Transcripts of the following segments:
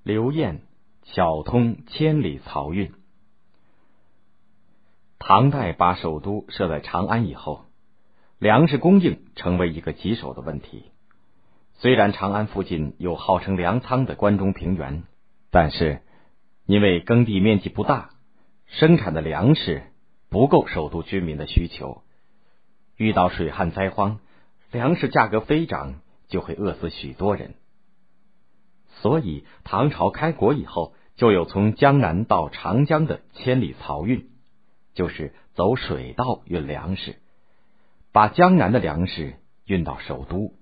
刘晏巧通千里漕运。唐代把首都设在长安以后，粮食供应成为一个棘手的问题。虽然长安附近有号称粮仓的关中平原，但是因为耕地面积不大，生产的粮食不够首都居民的需求。遇到水旱灾荒，粮食价格飞涨，就会饿死许多人。所以唐朝开国以后，就有从江南到长江的千里漕运，就是走水道运粮食，把江南的粮食运到首都。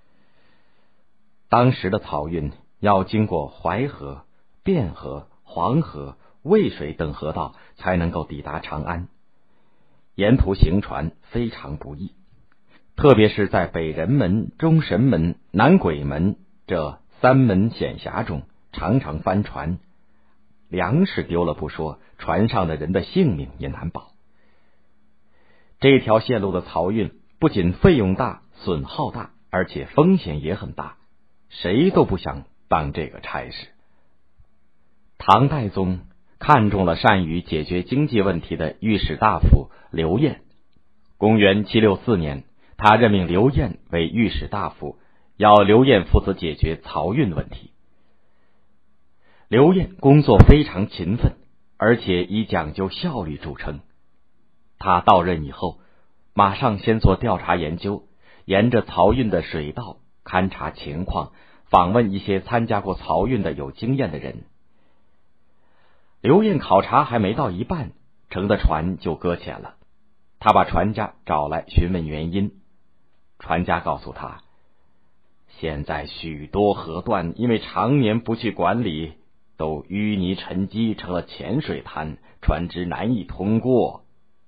当时的漕运要经过淮河、汴河、黄河、渭水等河道，才能够抵达长安。沿途行船非常不易，特别是在北人门、中神门、南鬼门这三门险峡中，常常翻船，粮食丢了不说，船上的人的性命也难保。这条线路的漕运不仅费用大、损耗大，而且风险也很大，谁都不想当这个差事。唐太宗看中了善于解决经济问题的御史大夫刘晏。公元764年，他任命刘晏为御史大夫，要刘晏负责解决漕运问题。刘晏工作非常勤奋，而且以讲究效率著称。他到任以后，马上先做调查研究，沿着漕运的水道勘察情况，访问一些参加过漕运的有经验的人。刘晏考察还没到一半，乘的船就搁浅了。他把船家找来询问原因。船家告诉他，现在许多河段因为常年不去管理，都淤泥沉积成了浅水滩，船只难以通过。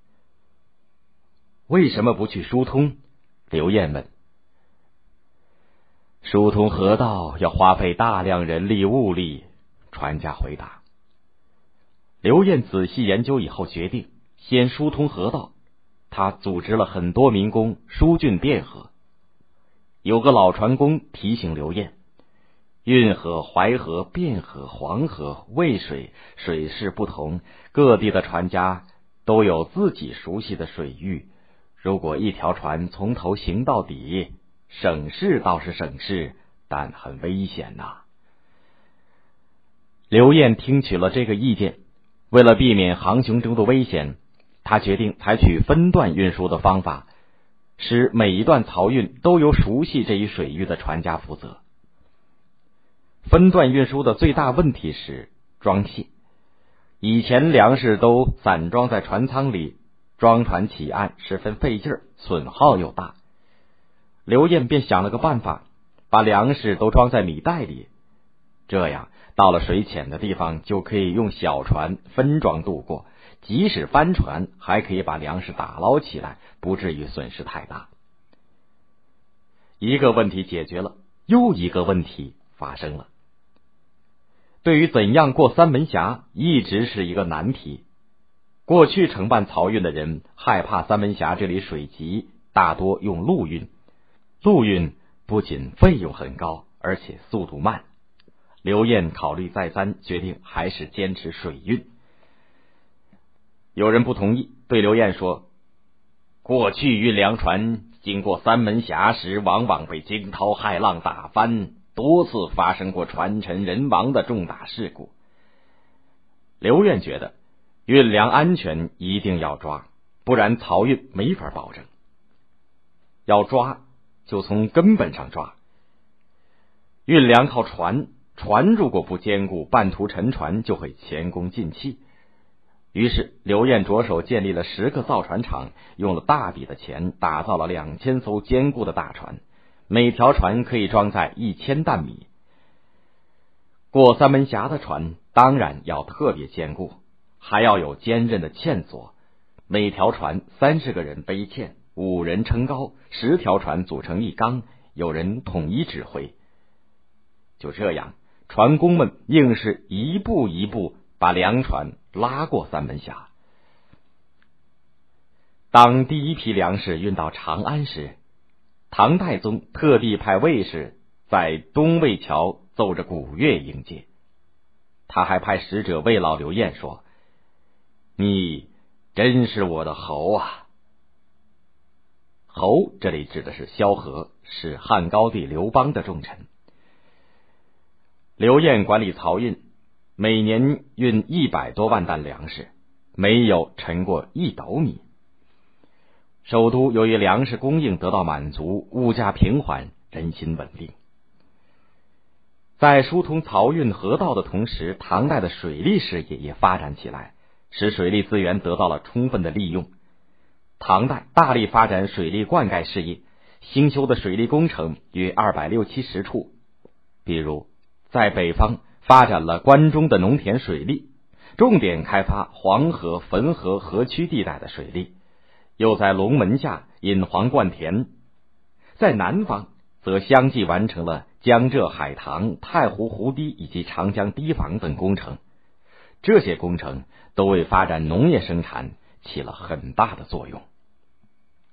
为什么不去疏通？刘晏问。疏通河道要花费大量人力物力，船家回答。刘晏仔细研究以后决定先疏通河道，他组织了很多民工疏浚汴河。有个老船工提醒刘晏，运河、淮河、汴河、黄河、渭水水势不同，各地的船家都有自己熟悉的水域，如果一条船从头行到底，省事倒是省事，但很危险呐。刘晏听取了这个意见，为了避免航行中的危险，他决定采取分段运输的方法，使每一段漕运都由熟悉这一水域的船家负责。分段运输的最大问题是装卸。以前粮食都散装在船舱里，装船起岸十分费劲儿，损耗又大。刘晏便想了个办法，把粮食都装在米袋里，这样到了水浅的地方就可以用小船分装渡过，即使翻船还可以把粮食打捞起来，不至于损失太大。一个问题解决了，又一个问题发生了。对于怎样过三门峡一直是一个难题。过去承办漕运的人害怕三门峡这里水急，大多用陆运。陆运不仅费用很高，而且速度慢。刘晏考虑再三，决定还是坚持水运。有人不同意，对刘晏说，过去运粮船经过三门峡时，往往被惊涛骇浪打翻，多次发生过船沉人亡的重大事故。刘晏觉得运粮安全一定要抓，不然漕运没法保证。要抓就从根本上抓。运粮靠船，船如果不坚固，半途沉船就会前功尽弃。于是刘晏着手建立了10个造船厂，用了大笔的钱打造了2000艘坚固的大船，每条船可以装载1000担米。过三门峡的船当然要特别坚固，还要有坚韧的纤索，每条船30个人背纤，5人撑高，10条船组成一缸，有人统一指挥。就这样，船工们硬是一步一步把粮船拉过三门峡。当第一批粮食运到长安时，唐太宗特地派卫士在东魏桥奏着鼓乐迎接， 他还派使者慰劳刘晏说：“你真是我的侯啊！”侯这里指的是萧何，是汉高帝刘邦的重臣。刘晏管理漕运，每年运100多万担粮食，没有沉过1斗米。首都由于粮食供应得到满足，物价平缓，人心稳定。在疏通漕运河道的同时，唐代的水利事业也发展起来，使水利资源得到了充分的利用。唐代大力发展水利灌溉事业，兴修的水利工程约260-270处。比如在北方发展了关中的农田水利，重点开发黄河、汾河河曲地带的水利，又在龙门下引黄灌田。在南方则相继完成了江浙海棠、太湖湖堤以及长江堤防等工程，这些工程都为发展农业生产起了很大的作用。